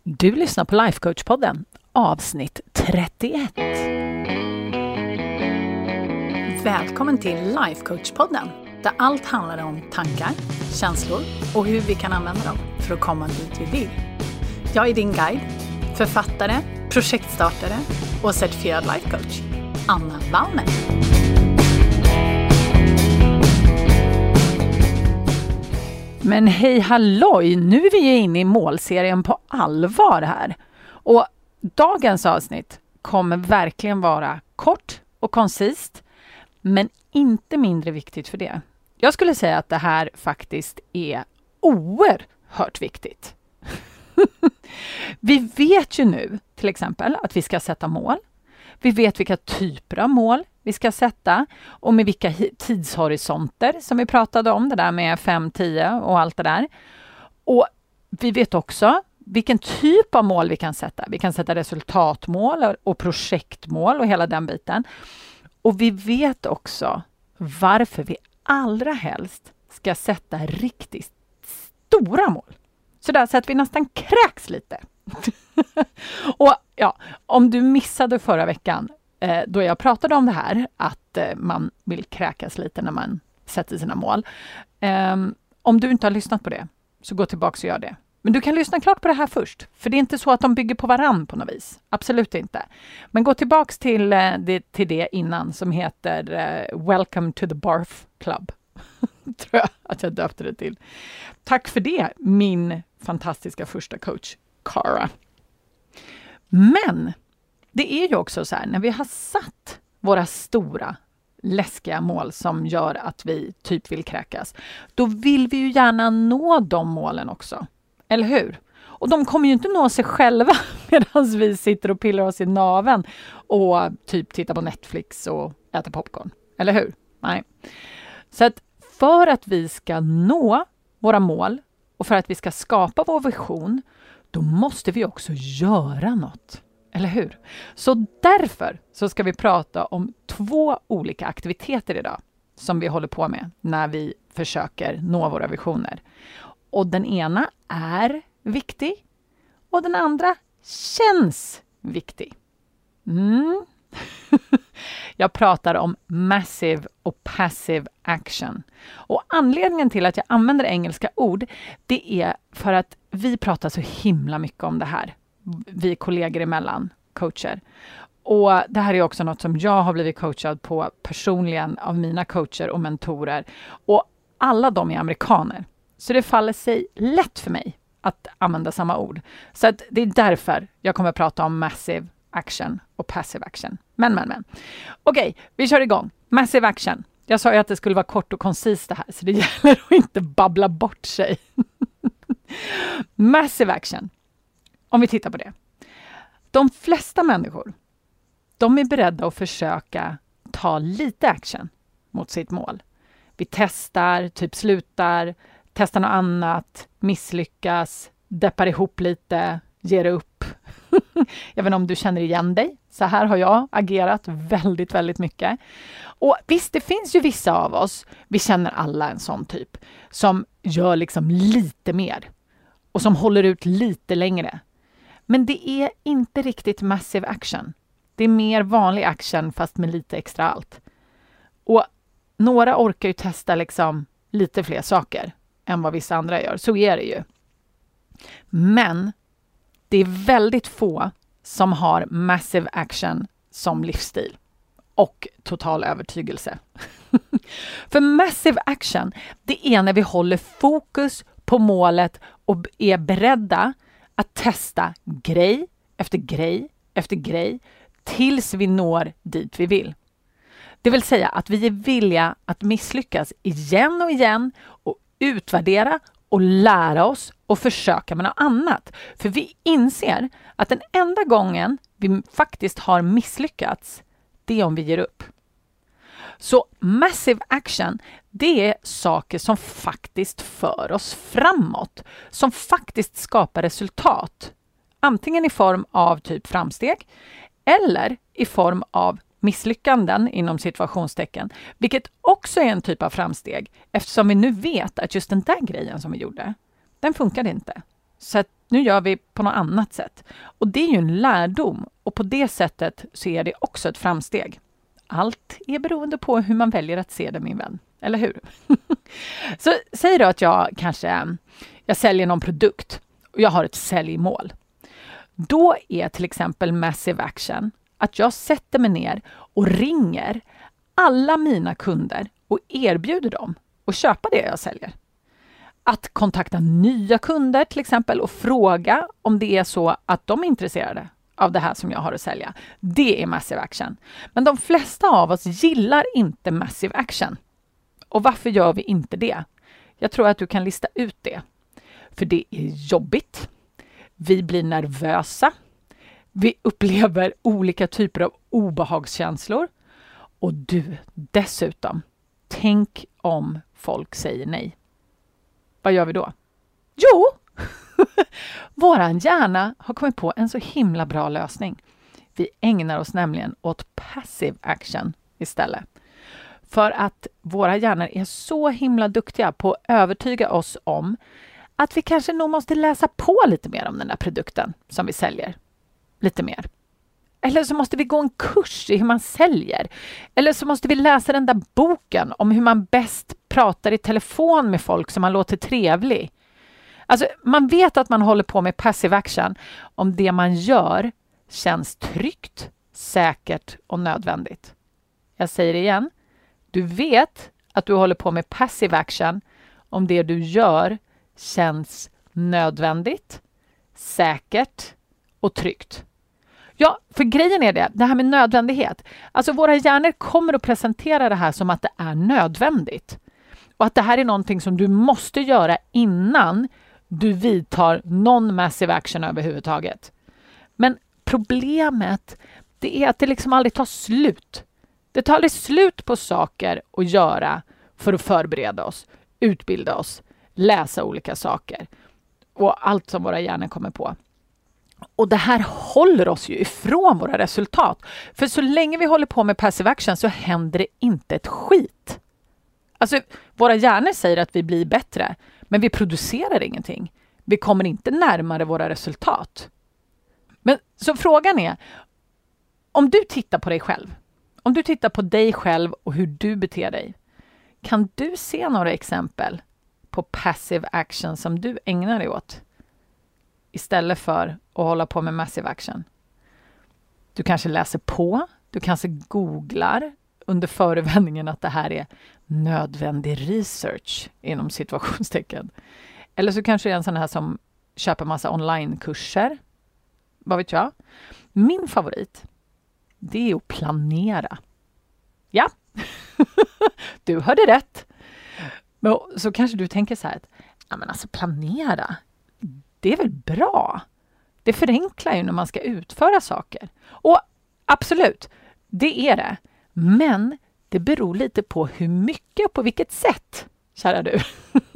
Du lyssnar på Life Coach-podden, avsnitt 31. Välkommen till Life Coach-podden, där allt handlar om tankar, känslor och hur vi kan använda dem för att komma dit vi vill. Jag är din guide, författare, projektstartare och certifierad life coach, Anna Wallner. Men hej halloj, nu är vi inne i målserien på allvar här. Och dagens avsnitt kommer verkligen vara kort och koncist, men inte mindre viktigt för det. Jag skulle säga att det här faktiskt är oerhört viktigt. Vi vet ju nu till exempel att vi ska sätta mål. Vi vet vilka typer av mål vi ska sätta och med vilka tidshorisonter som vi pratade om, det där med 5-10 och allt det där. Och vi vet också vilken typ av mål vi kan sätta. Vi kan sätta resultatmål och projektmål och hela den biten. Och vi vet också varför vi allra helst ska sätta riktigt stora mål. Så där så att vi nästan kräks lite. Och ja, om du missade förra veckan då jag pratade om det här, att man vill kräkas lite när man sätter sina mål. Om du inte har lyssnat på det, så gå tillbaka och gör det. Men du kan lyssna klart på det här först, för det är inte så att de bygger på varann på något vis. Absolut inte. Men gå tillbaka till det innan som heter Welcome to the Barf Club. Tror jag att jag döpte det till. Tack för det, min fantastiska första coach, Cara. Men det är ju också så här, när vi har satt våra stora läskiga mål som gör att vi typ vill kräkas, då vill vi ju gärna nå de målen också. Eller hur? Och de kommer ju inte nå sig själva medan vi sitter och pillar oss i naven och typ tittar på Netflix och äter popcorn. Eller hur? Nej. Så att för att vi ska nå våra mål och för att vi ska skapa vår vision, då måste vi också göra något. Eller hur? Så därför så ska vi prata om 2 olika aktiviteter idag som vi håller på med när vi försöker nå våra visioner. Och den ena är viktig och den andra känns viktig. Jag pratar om massive och passive action. Och anledningen till att jag använder engelska ord, det är för att vi pratar så himla mycket om det här. Vi kollegor emellan, coacher. Och det här är också något som jag har blivit coachad på personligen av mina coacher och mentorer. Och alla de är amerikaner. Så det faller sig lätt för mig att använda samma ord. Så att det är därför jag kommer att prata om massive action och passive action. Men. Okej, vi kör igång. Massive action. Jag sa ju att det skulle vara kort och koncist det här, så det gäller att inte babbla bort sig. Massive action. Om vi tittar på det. De flesta människor, de är beredda att försöka ta lite action mot sitt mål. Vi testar, typ slutar, testar något annat, misslyckas, deppar ihop lite, ger upp. Jag vet inte om du känner igen dig. Så här har jag agerat väldigt, väldigt mycket. Och visst, det finns ju vissa av oss, vi känner alla en sån typ, som gör liksom lite mer och som håller ut lite längre. Men det är inte riktigt massive action. Det är mer vanlig action fast med lite extra allt. Och några orkar ju testa liksom lite fler saker än vad vissa andra gör. Så är det ju. Men det är väldigt få som har massive action som livsstil och total övertygelse. För massive action, det är när vi håller fokus på målet och är beredda att testa grej efter grej efter grej tills vi når dit vi vill. Det vill säga att vi är villiga att misslyckas igen och igen och utvärdera och lära oss och försöka med något annat. För vi inser att den enda gången vi faktiskt har misslyckats, det är om vi ger upp. Så massive action, det är saker som faktiskt för oss framåt. Som faktiskt skapar resultat. Antingen i form av typ framsteg eller i form av misslyckanden inom situationstecken. Vilket också är en typ av framsteg eftersom vi nu vet att just den där grejen som vi gjorde, den funkade inte. Så att Nu gör vi på något annat sätt. Och det är ju en lärdom. Och på det sättet så är det också ett framsteg. Allt är beroende på hur man väljer att se det, min vän. Eller hur? Så säg då att jag säljer någon produkt och jag har ett säljmål. Då är till exempel massive action att jag sätter mig ner och ringer alla mina kunder och erbjuder dem att köpa det jag säljer. Att kontakta nya kunder till exempel och fråga om det är så att de är intresserade av det här som jag har att sälja. Det är massive action. Men de flesta av oss gillar inte massive action. Och varför gör vi inte det? Jag tror att du kan lista ut det. För det är jobbigt. Vi blir nervösa. Vi upplever olika typer av obehagskänslor. Och du, dessutom, tänk om folk säger nej. Vad gör vi då? Jo, våran hjärna har kommit på en så himla bra lösning. Vi ägnar oss nämligen åt passive action istället. För att våra hjärnor är så himla duktiga på att övertyga oss om att vi kanske nog måste läsa på lite mer om den där produkten som vi säljer. Lite mer. Eller så måste vi gå en kurs i hur man säljer. Eller så måste vi läsa den där boken om hur man bäst pratar i telefon med folk som man låter trevlig. Alltså, man vet att man håller på med passive action om det man gör känns tryggt, säkert och nödvändigt. Jag säger det igen. Du vet att du håller på med passive action om det du gör känns nödvändigt, säkert och tryggt. Ja, för grejen är det här med nödvändighet. Alltså våra hjärnor kommer att presentera det här som att det är nödvändigt. Och att det här är någonting som du måste göra innan du vidtar någon massive action överhuvudtaget. Men problemet, det är att det liksom aldrig tar slut. Det tar aldrig slut på saker att göra för att förbereda oss, utbilda oss, läsa olika saker och allt som våra hjärnor kommer på. Och det här håller oss ju ifrån våra resultat. För så länge vi håller på med passive action så händer det inte ett skit. Alltså, våra hjärnor säger att vi blir bättre, men vi producerar ingenting. Vi kommer inte närmare våra resultat. Men så frågan är, om du tittar på dig själv, om du tittar på dig själv och hur du beter dig, kan du se några exempel på passive action som du ägnar dig åt istället för att hålla på med massive action? Du kanske läser på, du kanske googlar under förevändningen att det här är nödvändig research inom situationstecken. Eller så kanske det är en sån här som köper massa onlinekurser. Vad vet jag? Min favorit, det är att planera. Ja, du hörde rätt. Men så kanske du tänker så här, ja men alltså planera, det är väl bra? Det förenklar ju när man ska utföra saker. Och absolut, det är det. Men det beror lite på hur mycket och på vilket sätt, kära du.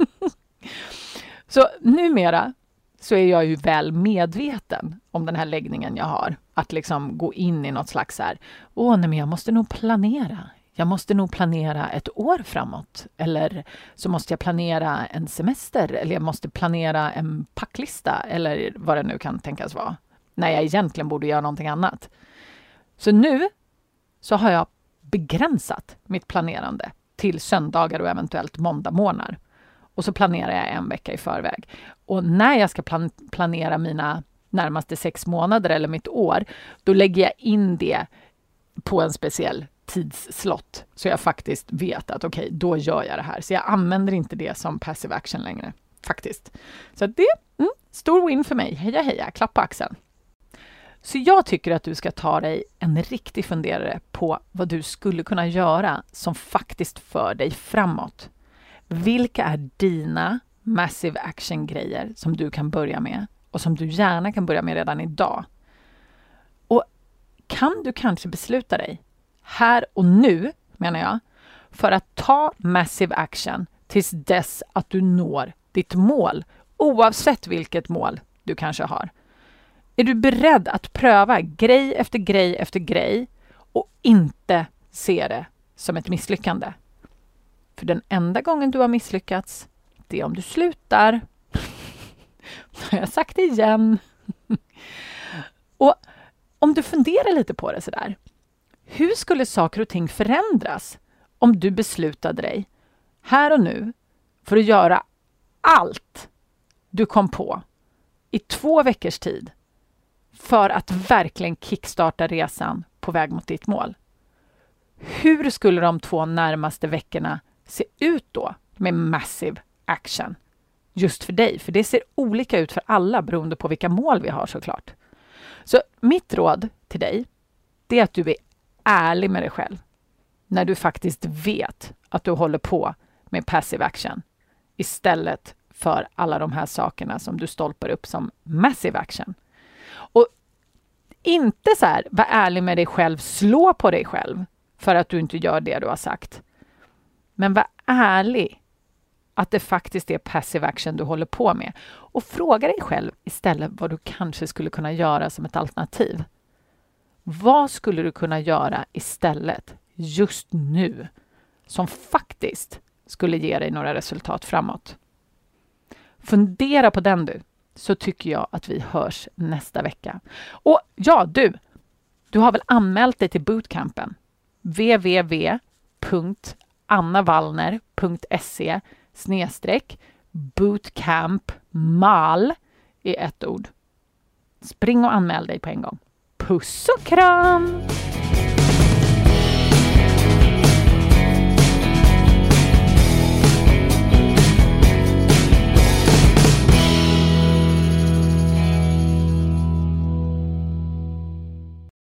Så numera så är jag ju väl medveten om den här läggningen jag har. Att liksom gå in i något slags så här, nej men jag måste nog planera. Jag måste nog planera ett år framåt. Eller så måste jag planera en semester. Eller jag måste planera en packlista. Eller vad det nu kan tänkas vara. När jag egentligen borde göra någonting annat. Så nu så har jag begränsat mitt planerande till söndagar och eventuellt måndagmorgnar. Och så planerar jag en vecka i förväg. Och när jag ska planera mina närmaste 6 månader eller mitt år, då lägger jag in det på en speciell tidsslott. Så jag faktiskt vet att okej, då gör jag det här. Så jag använder inte det som passive action längre. Faktiskt. Så det är stor win för mig. Heja heja, klapp på axeln. Så jag tycker att du ska ta dig en riktig funderare på vad du skulle kunna göra som faktiskt för dig framåt. Vilka är dina massive action-grejer som du kan börja med och som du gärna kan börja med redan idag? Och kan du kanske besluta dig här och nu, menar jag, för att ta massive action tills dess att du når ditt mål, oavsett vilket mål du kanske har? Är du beredd att pröva grej efter grej efter grej och inte se det som ett misslyckande? För den enda gången du har misslyckats, det är om du slutar. Jag har sagt det igen. Och om du funderar lite på det sådär. Hur skulle saker och ting förändras om du beslutade dig här och nu för att göra allt du kom på i 2 veckors tid för att verkligen kickstarta resan på väg mot ditt mål? Hur skulle de 2 närmaste veckorna se ut då med massive action just för dig? För det ser olika ut för alla beroende på vilka mål vi har såklart. Så mitt råd till dig, det är att du är ärlig med dig själv när du faktiskt vet att du håller på med passive action istället för alla de här sakerna som du stolpar upp som massive action. Och inte så här, var ärlig med dig själv, slå på dig själv för att du inte gör det du har sagt. Men var ärlig att det faktiskt är passive action du håller på med. Och fråga dig själv istället vad du kanske skulle kunna göra som ett alternativ. Vad skulle du kunna göra istället just nu som faktiskt skulle ge dig några resultat framåt? Fundera på den du, så tycker jag att vi hörs nästa vecka. Och ja, du har väl anmält dig till bootcampen? www.annavallner.se/bootcampmal i ett ord. Spring och anmäl dig på en gång. Puss och kram!